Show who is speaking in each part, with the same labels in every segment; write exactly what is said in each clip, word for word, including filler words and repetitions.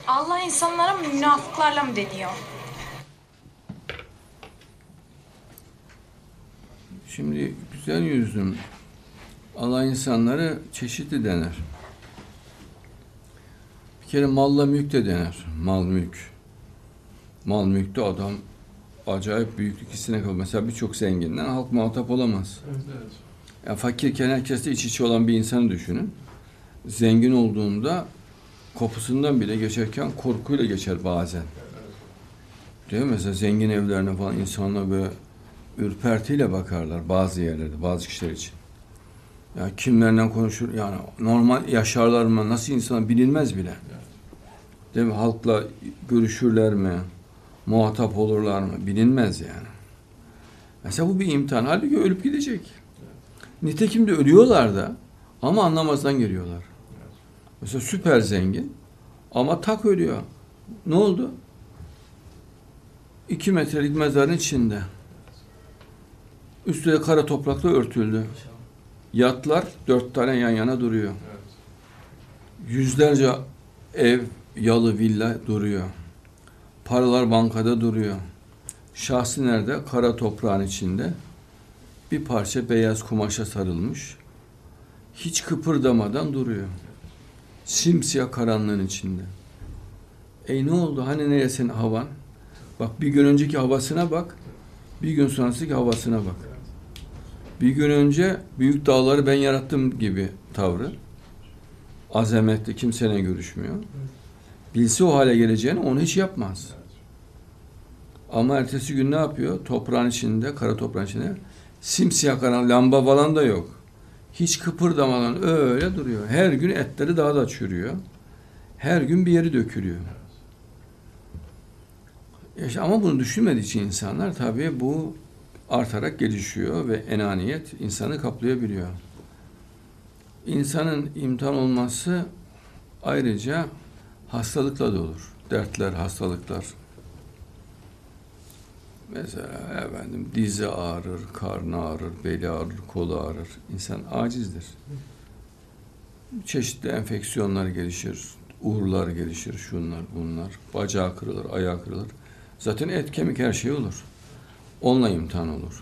Speaker 1: Allah insanlara münafıklarla mı deniyor?
Speaker 2: Şimdi güzel yüzlüm, Allah insanları çeşitli dener. Bir kere malla mülk de dener. Mal mülk. Mal mülkte adam acayip büyüklük hissine kalır. Mesela birçok zenginden halk muhatap olamaz.
Speaker 3: Evet, evet.
Speaker 2: Yani fakirken herkesle iç içe olan bir insanı düşünün. Zengin olduğunda kopusundan bile geçerken korkuyla geçer bazen. Değil mi? Mesela zengin evlerine falan insanlar böyle ürpertiyle bakarlar bazı yerlerde, bazı kişiler için. Ya kimlerle konuşur, yani normal yaşarlar mı, nasıl insan bilinmez bile. Değil mi? Halkla görüşürler mi, muhatap olurlar mı, bilinmez yani. Mesela bu bir imtihan. Halbuki ölüp gidecek. Nitekim de ölüyorlar da ama anlamazdan geliyorlar. Mesela süper zengin ama tak ölüyor. Ne oldu? İki metrelik mezarın içinde. Üstü de kara toprakla örtüldü. Yatlar dört tane yan yana duruyor. Yüzlerce ev, yalı, villa duruyor. Paralar bankada duruyor. Şahsı nerede? Kara toprağın içinde. Bir parça beyaz kumaşa sarılmış. Hiç kıpırdamadan duruyor. Simsiyah karanlığın içinde. E ne oldu? Hani nereye senin havan? Bak bir gün önceki havasına bak. Bir gün sonrasındaki havasına bak. Bir gün önce büyük dağları ben yarattım gibi tavrı. Azametli, kimseyle görüşmüyor. Bilse o hale geleceğini onu hiç yapmaz. Ama ertesi gün ne yapıyor? Toprağın içinde, kara toprağın içinde simsiyah karan, lamba falan da yok. Hiç kıpırdamadan öyle duruyor. Her gün etleri daha da çürüyor. Her gün bir yeri dökülüyor. İşte ama bunu düşünmediği için insanlar tabii bu artarak gelişiyor ve enaniyet insanı kaplayabiliyor. İnsanın imtihan olması ayrıca hastalıkla da olur. Dertler, hastalıklar. Mesela efendim dizi ağrır, karnı ağrır, beli ağrır, kolu ağrır. İnsan acizdir. Çeşitli enfeksiyonlar gelişir, uğurlar gelişir, şunlar bunlar. Bacağı kırılır, ayağı kırılır. Zaten et, kemik her şey olur. Onunla imtihan olur.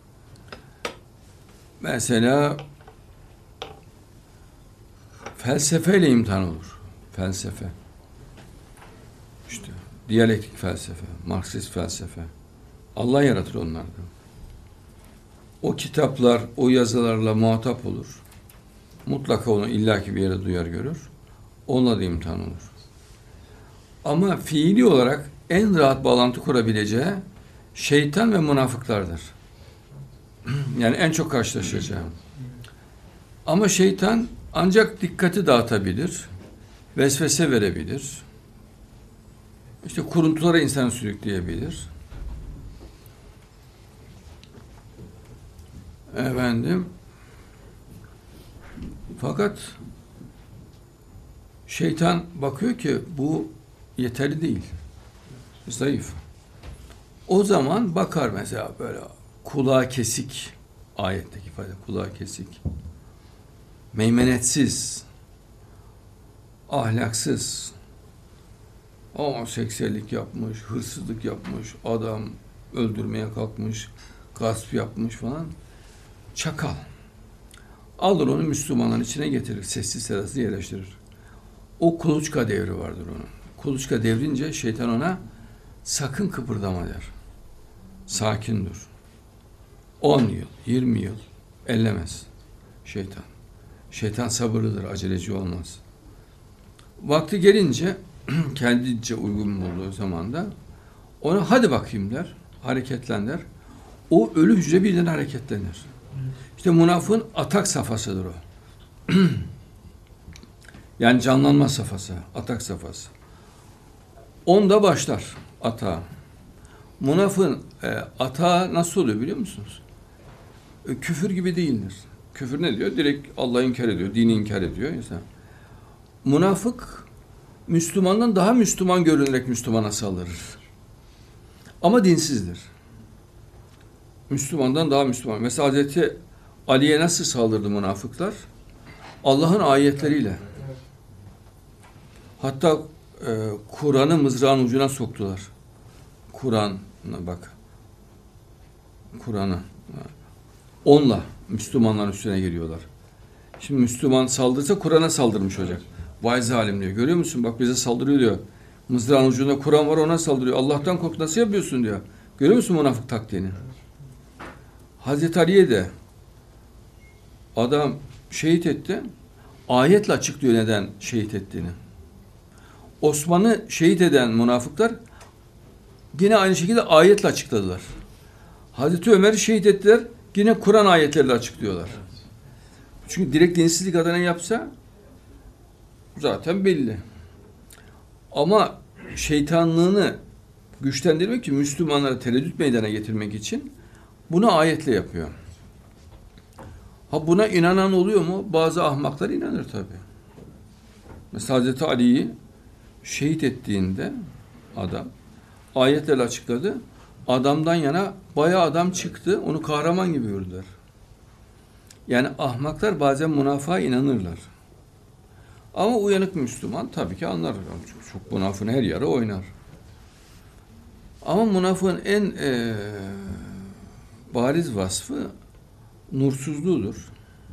Speaker 2: Mesela felsefeyle imtihan olur. Felsefe. İşte diyalektik felsefe, Marksist felsefe. Allah yaratır onları. O kitaplar, o yazılarla muhatap olur. Mutlaka onu illaki bir yere duyar görür. Onunla da imtihan olur. Ama fiili olarak en rahat bağlantı kurabileceği şeytan ve münafıklardır. Yani en çok karşılaşacağı. Ama şeytan ancak dikkati dağıtabilir, vesvese verebilir. İşte kuruntulara insanı sürükleyebilir. Efendim, fakat şeytan bakıyor ki bu yeterli değil. Zayıf. O zaman bakar mesela böyle kulağı kesik, ayetteki ifade kulağı kesik, meymenetsiz, ahlaksız, homoseksüellik yapmış, hırsızlık yapmış, adam öldürmeye kalkmış, gasp yapmış falan. Çakal. Alır onu Müslümanların içine getirir. Sessiz sedasız yerleştirir. O kuluçka devri vardır onun. Kuluçka devrince şeytan ona sakın kıpırdama der. Sakin dur. on yıl, yirmi yıl ellemez şeytan. Şeytan sabırlıdır, aceleci olmaz. Vakti gelince kendince uygun bulduğu zaman da ona hadi bakayım der, hareketlen der. O ölü hücre birden hareketlenir. İşte münafığın atak safhasıdır o. Yani canlanma safhası, atak safhası. Onda başlar atağı. Münafığın e, atağı nasıl oluyor biliyor musunuz? E, küfür gibi değildir. Küfür ne diyor? Direkt Allah'ı inkar ediyor, dini inkar ediyor insan. Münafık Müslümandan daha Müslüman görünerek Müslümana saldırır. Ama dinsizdir. Müslümandan daha Müslüman. Mesela Hazreti Ali'ye nasıl saldırdı münafıklar? Allah'ın ayetleriyle. Hatta e, Kur'an'ı mızrağın ucuna soktular. Kur'an'a bak. Kur'an'ı. Onunla Müslümanların üstüne geliyorlar. Şimdi Müslüman saldırsa Kur'an'a saldırmış olacak. Vay zalim diyor. Görüyor musun? Bak bize saldırıyor diyor. Mızrağın ucunda Kur'an var, ona saldırıyor. Allah'tan kork, nasıl yapıyorsun diyor. Görüyor musun münafık taktiğini? Hazreti Ali'ye de adam şehit etti. Ayetle açıklıyor neden şehit ettiğini. Osman'ı şehit eden münafıklar yine aynı şekilde ayetle açıkladılar. Hazreti Ömer'i şehit ettiler. Yine Kur'an ayetleriyle açıklıyorlar. Çünkü direkt dinsizlik adına yapsa zaten belli. Ama şeytanlığını güçlendirmek için, Müslümanlara tereddüt meydana getirmek için bunu ayetle yapıyor. Ha buna inanan oluyor mu? Bazı ahmaklar inanır tabii. Mesela Hazreti Ali'yi şehit ettiğinde adam ayetlerle açıkladı. Adamdan yana bayağı adam çıktı. Onu kahraman gibi gördüler. Yani ahmaklar bazen münafığa inanırlar. Ama uyanık Müslüman tabii ki anlar. Çok, çok münafığın her yere oynar. Ama münafığın en e, bariz vasfı nursuzluğudur.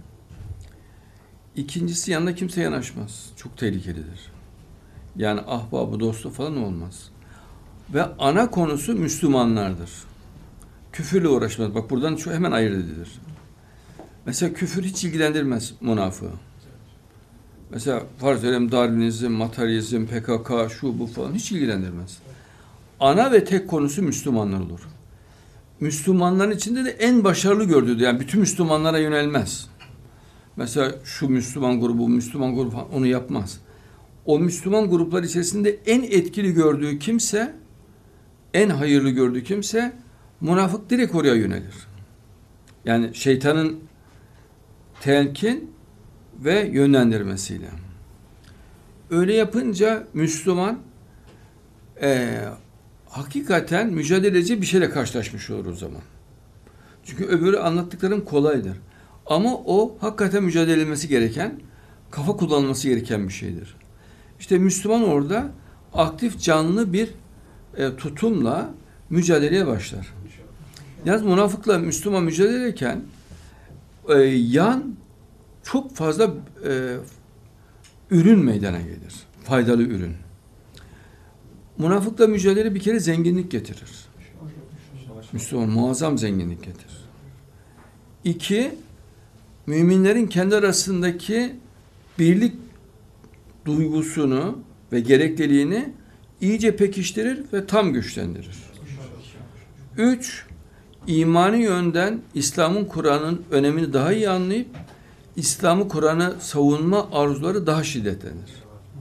Speaker 2: İkincisi, yanına kimse yanaşmaz. Çok tehlikelidir. Yani ahbabı, dostu falan olmaz. Ve ana konusu Müslümanlardır. Küfürle uğraşmaz. Bak buradan şu hemen ayırt edilir. Mesela küfür hiç ilgilendirmez münafığı. Mesela farz edelim Darwinizm, materyalizm, P K K, şu bu falan hiç ilgilendirmez. Ana ve tek konusu Müslümanlar olur. Müslümanların içinde de en başarılı gördüğü, yani bütün Müslümanlara yönelmez. Mesela şu Müslüman grubu, bu Müslüman grubu falan, onu yapmaz. O Müslüman gruplar içerisinde en etkili gördüğü kimse, en hayırlı gördüğü kimse, münafık direkt oraya yönelir. Yani şeytanın telkin ve yönlendirmesiyle. Öyle yapınca Müslüman e, hakikaten mücadeleci bir şeyle karşılaşmış olur o zaman. Çünkü öbürü anlattıklarım kolaydır. Ama o hakikaten mücadele edilmesi gereken, kafa kullanılması gereken bir şeydir. İşte Müslüman orada aktif, canlı bir e, tutumla mücadeleye başlar. Yalnız münafıkla Müslüman mücadele ederken e, yan çok fazla e, ürün meydana gelir. Faydalı ürün. Münafıkla mücadele bir kere zenginlik getirir. Müslüman muazzam zenginlik getirir. İki, müminlerin kendi arasındaki birlik duygusunu ve gerekliliğini iyice pekiştirir ve tam güçlendirir. Üç, imani yönden İslam'ın, Kur'an'ın önemini daha iyi anlayıp İslam'ı, Kur'an'ı savunma arzuları daha şiddetlenir.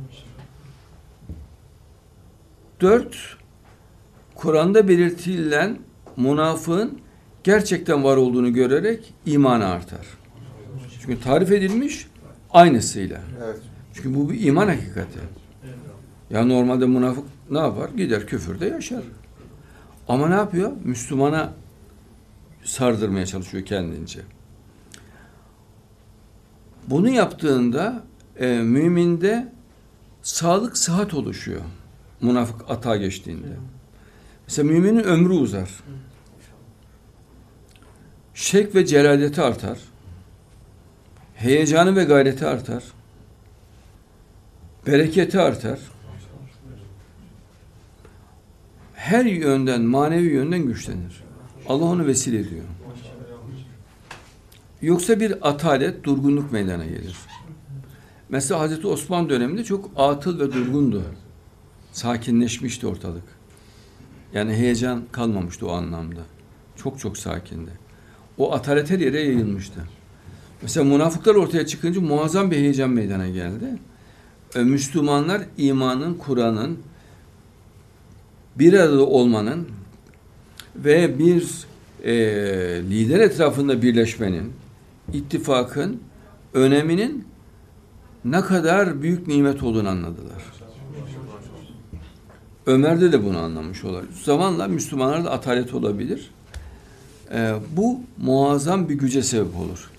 Speaker 2: Dört, Kur'an'da belirtilen münafığın gerçekten var olduğunu görerek imanı artar. Çünkü tarif edilmiş aynısıyla. Evet. Çünkü bu bir iman hakikati. Ya normalde münafık ne yapar? Gider küfürde yaşar. Ama ne yapıyor? Müslümana sardırmaya çalışıyor kendince. Bunu yaptığında e, müminde sağlık, sıhhat oluşuyor. Münafık atağa geçtiğinde. Mesela müminin ömrü uzar. Şevk ve celaleti artar. Heyecanı ve gayreti artar. Bereketi artar. Her yönden, manevi yönden güçlenir. Allah onu vesile ediyor. Yoksa bir atalet, durgunluk meydana gelir. Mesela Hazreti Osman döneminde çok atıl ve durgundu. Sakinleşmişti ortalık. Yani heyecan kalmamıştı o anlamda. Çok çok sakindi. O atalet her yere yayılmıştı. Mesela münafıklar ortaya çıkınca muazzam bir heyecan meydana geldi. Müslümanlar imanın, Kur'an'ın bir arada olmanın ve bir e, lider etrafında birleşmenin, ittifakın öneminin ne kadar büyük nimet olduğunu anladılar. Ömer'de de bunu anlamış olabilir. Zamanla Müslümanlarda atalet olabilir. E, bu muazzam bir güce sebep olur.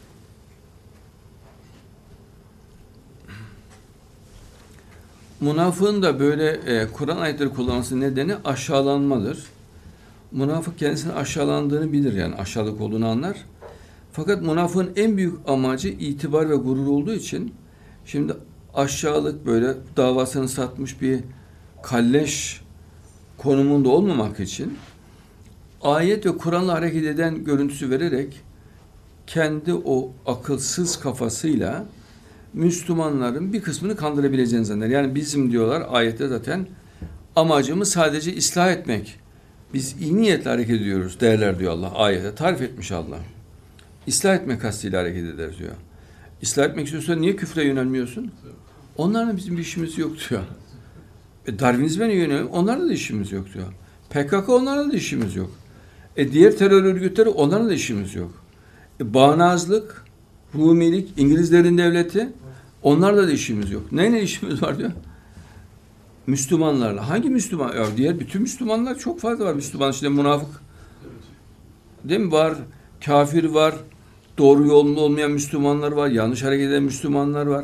Speaker 2: münafığın da böyle e, Kur'an ayetleri kullanması nedeni aşağılanmadır. Münafık kendisinin aşağılandığını bilir, yani aşağılık olduğunu anlar. Fakat münafığın en büyük amacı itibar ve gurur olduğu için şimdi aşağılık, böyle davasını satmış bir kalleş konumunda olmamak için ayet ve Kur'an'la hareket eden görüntüsü vererek kendi o akılsız kafasıyla Müslümanların bir kısmını kandırabileceğini zanneder. Yani bizim diyorlar ayette zaten amacımız sadece ıslah etmek. Biz iyi niyetle hareket ediyoruz derler diyor Allah. Ayette tarif etmiş Allah. İslah etmek kastıyla hareket eder diyor. İslah etmek istiyorsan niye küfre yönelmiyorsun? Onlarla bizim bir işimiz yok diyor. E, Darwinizme yöneliyor. Onlarla da işimiz yok diyor. P K K, onlarla da işimiz yok. E, diğer terör örgütleri, onlarla da işimiz yok. E, bağnazlık, Rumilik, İngilizlerin devleti, onlarla da işimiz yok. Neyle işimiz var diyor. Müslümanlarla. Hangi Müslüman? Ya diğer bütün Müslümanlar çok fazla var. Müslüman işte münafık. Değil mi? Var. Kafir var. Doğru yolunda olmayan Müslümanlar var. Yanlış hareket eden Müslümanlar var.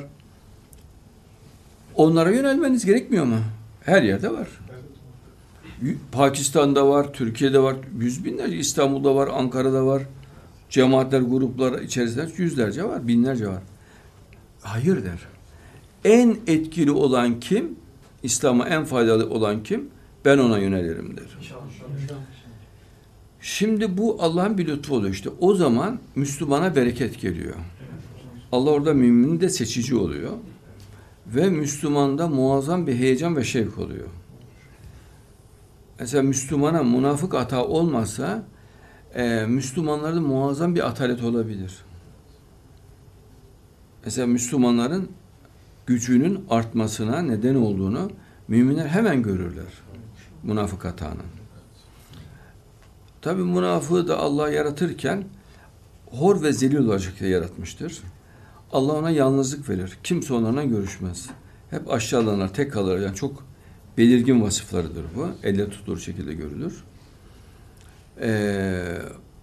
Speaker 2: Onlara yönelmeniz gerekmiyor mu? Her yerde var. Pakistan'da var, Türkiye'de var, yüz binlerce, İstanbul'da var, Ankara'da var. Cemaatler, gruplar içerisinde yüzlerce var, binlerce var. Hayır der. En etkili olan kim? İslam'a en faydalı olan kim? Ben ona yönelirim der. Şimdi bu Allah'ın bir lütfu oluyor işte. O zaman Müslümana bereket geliyor. Allah orada müminin de seçici oluyor. Ve Müslümanda muazzam bir heyecan ve şevk oluyor. Mesela Müslümana münafık hata olmasa e, Müslümanlarda muazzam bir atalet olabilir. Mesela Müslümanların gücünün artmasına neden olduğunu müminler hemen görürler. Münafık hatanın. Tabi münafığı da Allah yaratırken hor ve zelil olacak diye yaratmıştır. Allah ona yalnızlık verir. Kimse onlarla görüşmez. Hep aşağılanır, tek kalır. Yani çok belirgin vasıflarıdır bu. Elle tutulur şekilde görülür. Ee,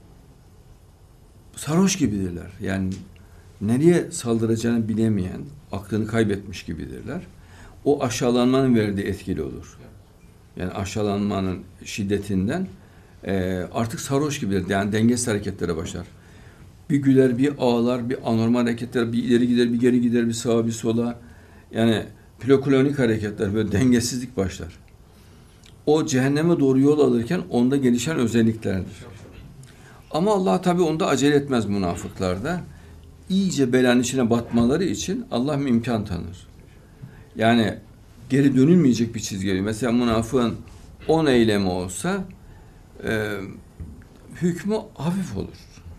Speaker 2: sarhoş gibidirler. Yani nereye saldıracağını bilemeyen, aklını kaybetmiş gibidirler. O aşağılanmanın verdiği etkili olur. Yani aşağılanmanın şiddetinden e, artık sarhoş gibidir. Yani dengesiz hareketlere başlar. Bir güler, bir ağlar, bir anormal hareketler, bir ileri gider, bir geri gider, bir sağa, bir sola. Yani ploklonik hareketler, böyle dengesizlik başlar. O cehenneme doğru yol alırken onda gelişen özelliklerdir. Ama Allah tabii onda acele etmez münafıklarda. İyice belanın içine batmaları için Allah bir imkan tanır. Yani geri dönülmeyecek bir çizgi. Mesela münafığın on eylemi olsa e, hükmü hafif olur.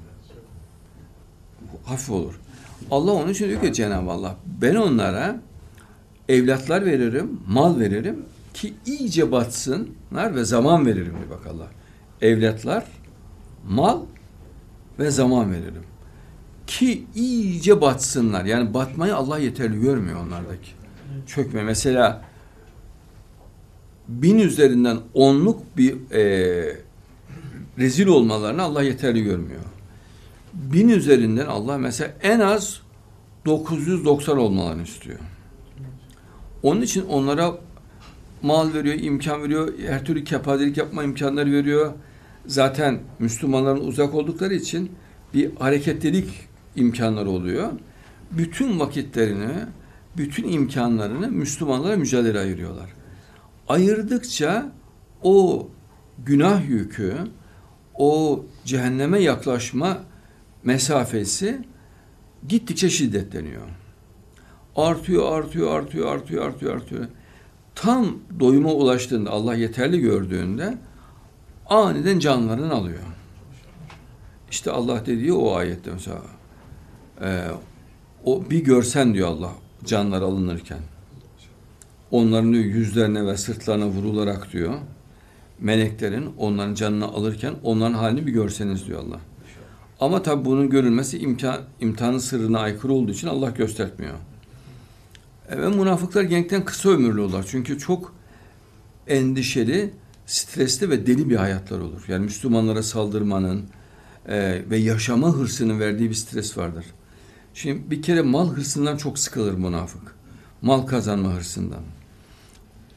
Speaker 2: Hafif olur. Allah onun için diyor ki Cenab-ı Allah, ben onlara evlatlar veririm, mal veririm ki iyice batsınlar ve zaman veririm diyor bak Allah. Evlatlar, mal ve zaman veririm. Ki iyice batsınlar. Yani batmayı Allah yeterli görmüyor onlardaki. Çökme. Mesela bin üzerinden onluk bir e, rezil olmalarını Allah yeterli görmüyor. Bin üzerinden Allah mesela en az dokuz yüz doksan olmalarını istiyor. Onun için onlara mal veriyor, imkan veriyor, her türlü kepazelik yapma imkanları veriyor. Zaten Müslümanların uzak oldukları için bir hareketlilik imkanları oluyor. Bütün vakitlerini, bütün imkanlarını Müslümanlara mücadele ayırıyorlar. Ayırdıkça o günah yükü, o cehenneme yaklaşma mesafesi gittikçe şiddetleniyor. Artıyor, artıyor, artıyor, artıyor, artıyor, artıyor. Tam doyuma ulaştığında, Allah yeterli gördüğünde aniden canlarını alıyor. İşte Allah dediği o ayette mesela e, o bir görsen diyor Allah canlar alınırken. Onların diyor yüzlerine ve sırtlarına vurularak diyor meleklerin onların canını alırken onların halini bir görseniz diyor Allah. Ama tabi bunun görülmesi imkan, imtihanın sırrına aykırı olduğu için Allah göstermiyor. E, ve münafıklar genellikle kısa ömürlü olurlar. Çünkü çok endişeli, stresli ve deli bir hayatlar olur. Yani Müslümanlara saldırmanın e, ve yaşama hırsının verdiği bir stres vardır. Şimdi bir kere mal hırsından çok sıkılır münafık. Mal kazanma hırsından.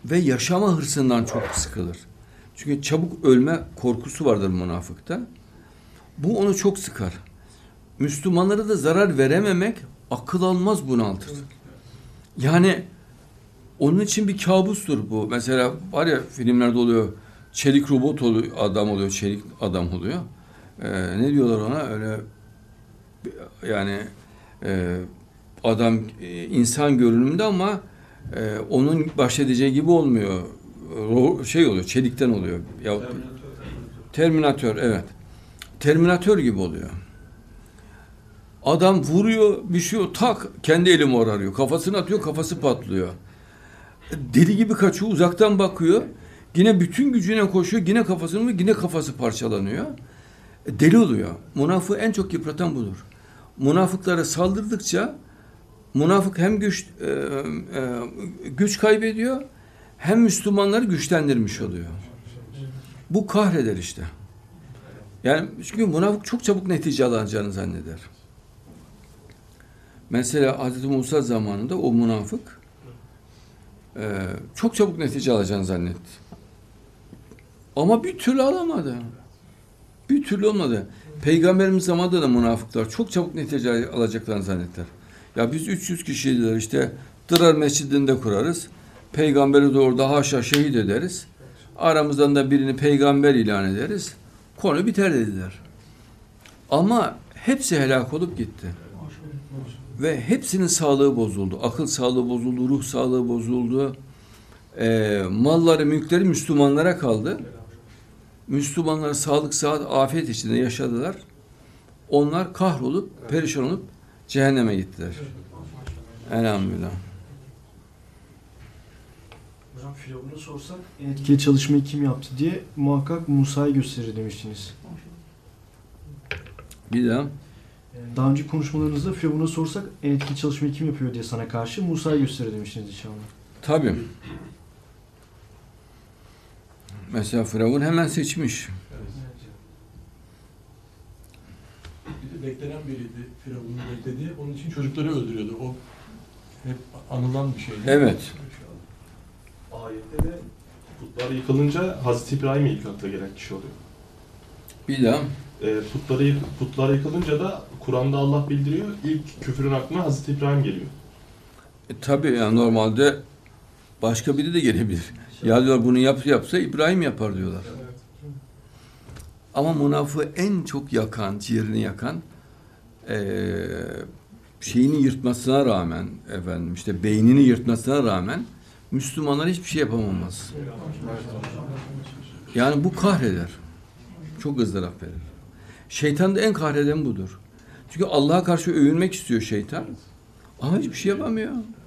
Speaker 2: ve yaşama hırsından çok sıkılır. Çünkü çabuk ölme korkusu vardır münafıkta. Bu onu çok sıkar. Müslümanlara da zarar verememek akıl almaz bunaltır. Yani onun için bir kabustur bu. Mesela var ya filmlerde oluyor, çelik robot oluyor, adam oluyor, çelik adam oluyor. Ee, ne diyorlar ona? Öyle yani e, adam e, insan görünümünde ama e, onun bahsedeceği gibi olmuyor. Ro, şey oluyor, çelikten oluyor. Ya, Terminatör, evet. Terminatör gibi oluyor. Adam vuruyor, bir şey o tak kendi eli morarıyor. Kafasını atıyor, kafası patlıyor. Deli gibi kaçıyor, uzaktan bakıyor. Yine bütün gücüne koşuyor, yine kafasını yine kafası parçalanıyor. Deli oluyor. Münafığı en çok yıpratan budur. Münafıklara saldırdıkça münafık hem güç e, e, güç kaybediyor hem Müslümanları güçlendirmiş oluyor. Bu kahreder işte. Yani çünkü münafık çok çabuk netice alacağını zanneder. Mesela Hazreti Musa zamanında o münafık e, çok çabuk netice alacağını zannetti. Ama bir türlü alamadı. Bir türlü olmadı. Peygamberimiz zamanında da münafıklar çok çabuk netice alacaklarını zannettiler. Ya biz üç yüz kişiydiler işte Dırar Mescidi'nde kurarız. Peygamberi de orada haşa şehit ederiz. Aramızdan da birini peygamber ilan ederiz. Konu biter dediler. Ama hepsi helak olup gitti. Ve hepsinin sağlığı bozuldu. Akıl sağlığı bozuldu, ruh sağlığı bozuldu. Ee, malları, mülkleri Müslümanlara kaldı. Müslümanlar sağlık, sıhhat, afiyet içinde yaşadılar. Onlar kahrolup, perişan olup cehenneme gittiler. Elhamdülillah.
Speaker 3: Hocam Firavun'a sorsak en etkili çalışmayı kim yaptı diye muhakkak Musa'yı gösterir demiştiniz.
Speaker 2: Bir daha.
Speaker 3: Daha önce konuşmalarınızda Firavun'a sorsak en etkili çalışmayı kim yapıyor diye sana karşı Musa'yı gösterir demiştiniz inşallah.
Speaker 2: Tabii. Mesela Firavun hemen seçmiş.
Speaker 4: Bir de beklenen biriydi. Firavun'un beklediği. Onun için çocukları öldürüyordu. O hep anılan bir şeydi.
Speaker 2: Evet.
Speaker 5: Ayette de putlar yıkılınca Hazreti İbrahim'e ilk akla gelen kişi oluyor.
Speaker 2: Bir daha.
Speaker 5: E, putları, yık- putlar yıkılınca da Kur'an'da Allah bildiriyor, ilk küfrün aklına Hazreti İbrahim geliyor.
Speaker 2: E, tabii yani normalde başka biri de gelebilir. Ya diyor bunu yap, yapsa İbrahim yapar diyorlar. Ama münafığı en çok yakan, ciğerini yakan eee şeyini yırtmasına rağmen efendim işte beynini yırtmasına rağmen Müslümanlar hiçbir şey yapamamaz. Yani bu kahreder. Çok ızdırap verir. Şeytan da en kahreden budur. Çünkü Allah'a karşı övünmek istiyor şeytan. Ama hiçbir şey yapamıyor.